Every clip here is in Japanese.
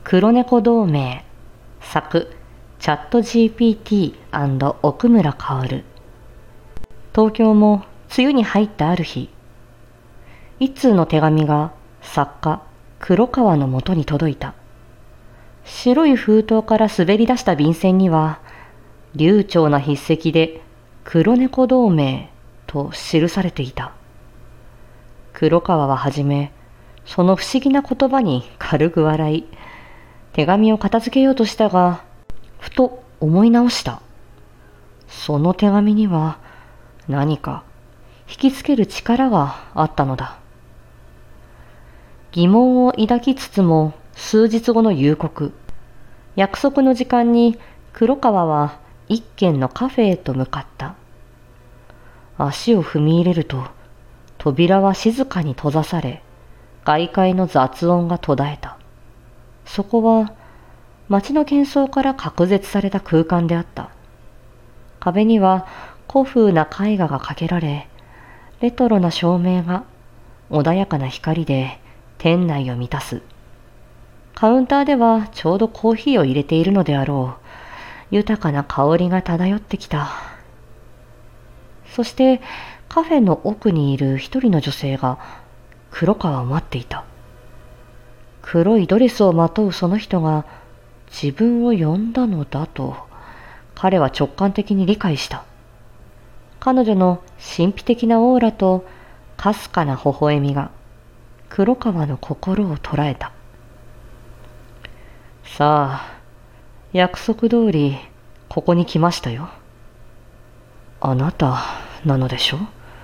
黒猫同盟作チャット GPT& 奥村薫。東京も梅雨に入ったある日、一通の手紙が作家黒川のもとに届いた。白い封筒から滑り出した便箋には、流暢な筆跡で黒猫同盟と記されていた。黒川ははじめ、その不思議な言葉に軽く笑い、手紙を片付けようとしたが、ふと思い直した。その手紙には何か引きつける力があったのだ。疑問を抱きつつも数日後の夕刻、約束の時間に黒川は一軒のカフェへと向かった。足を踏み入れると、扉は静かに閉ざされ、外界の雑音が途絶えた。そこは街の喧騒から隔絶された空間であった。壁には古風な絵画がかけられ、レトロな照明が穏やかな光で店内を満たす。カウンターではちょうどコーヒーを入れているのであろう。豊かな香りが漂ってきた。そしてカフェの奥にいる一人の女性が黒川を待っていた。黒いドレスをまとうその人が自分を呼んだのだと彼は直感的に理解した。彼女の神秘的なオーラとかすかな微笑みが黒川の心を捉えた。さあ、約束通りここに来ましたよ。あなたなのでしょ？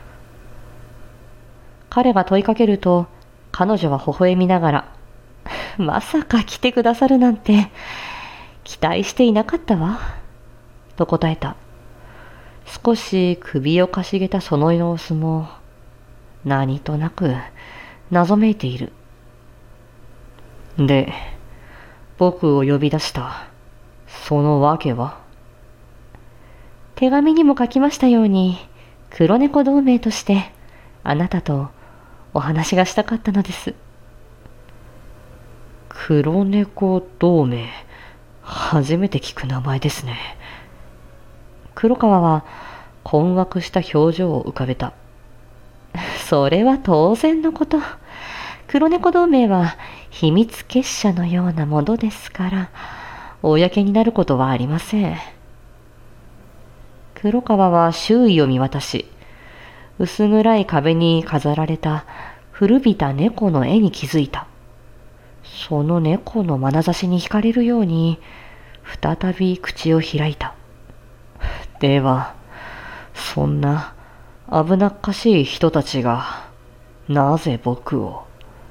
彼が問いかけると、彼女は微笑みながら、まさか来てくださるなんて期待していなかったわ、と答えた。少し首をかしげたその様子も何となく謎めいている。で、僕を呼び出したその訳は？手紙にも書きましたように、黒猫同盟としてあなたとお話がしたかったのです。黒猫同盟、初めて聞く名前ですね。黒川は困惑した表情を浮かべた。それは当然のこと。黒猫同盟は秘密結社のようなものですから、公になることはありません。黒川は周囲を見渡し、薄暗い壁に飾られた古びた猫の絵に気づいた。その猫の眼差しに惹かれるように、再び口を開いた。では、そんな危なっかしい人たちが、なぜ僕を？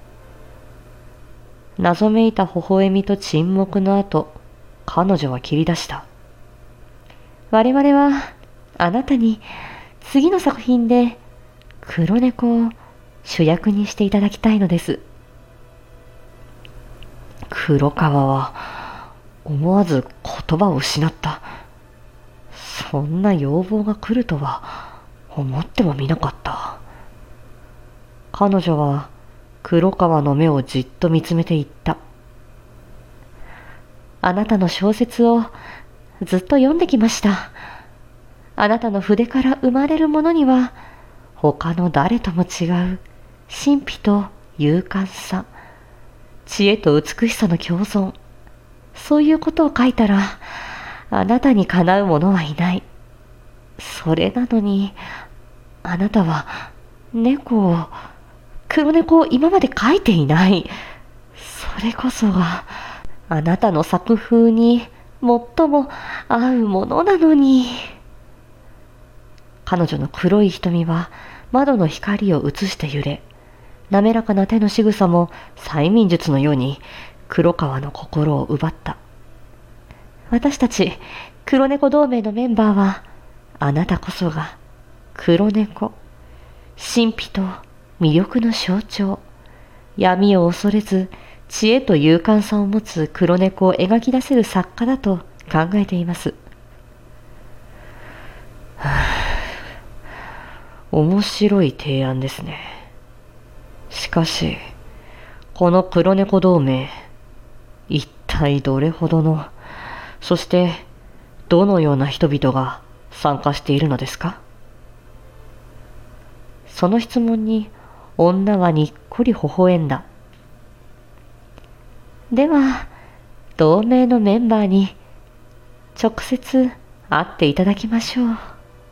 謎めいた微笑みと沈黙の後、彼女は切り出した。我々は、あなたに次の作品で黒猫を主役にしていただきたいのです。黒川は思わず言葉を失った。そんな要望が来るとは思ってもみなかった。彼女は黒川の目をじっと見つめていった。あなたの小説をずっと読んできました。あなたの筆から生まれるものには他の誰とも違う神秘と勇敢さ、知恵と美しさの共存、そういうことを書いたらあなたにかなう者はいない。それなのにあなたは黒猫を今まで描いていない。それこそがあなたの作風に最も合うものなのに。彼女の黒い瞳は窓の光を映して揺れ、滑らかな手の仕草も催眠術のように黒川の心を奪った。私たち黒猫同盟のメンバーは、あなたこそが黒猫、神秘と魅力の象徴、闇を恐れず知恵と勇敢さを持つ黒猫を描き出せる作家だと考えています。面白い提案ですね。しかし、この黒猫同盟、一体どれほどの、そしてどのような人々が参加しているのですか？その質問に女はにっこり微笑んだ。では、同盟のメンバーに直接会っていただきましょう。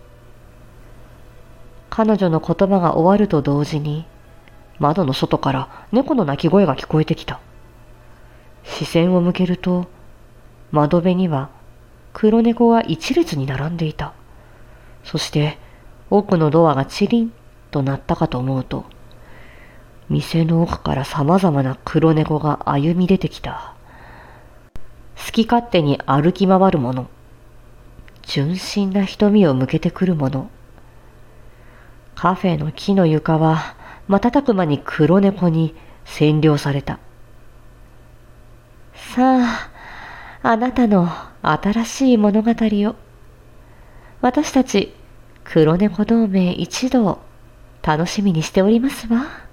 彼女の言葉が終わると同時に、窓の外から猫の鳴き声が聞こえてきた。視線を向けると、窓辺には黒猫が一列に並んでいた。そして奥のドアがチリンと鳴ったかと思うと、店の奥から様々な黒猫が歩み出てきた。好き勝手に歩き回る者、純真な瞳を向けてくる者。カフェの木の床は瞬く間に黒猫に占領された。さあ、あなたの新しい物語を。私たち黒猫同盟一同楽しみにしておりますわ。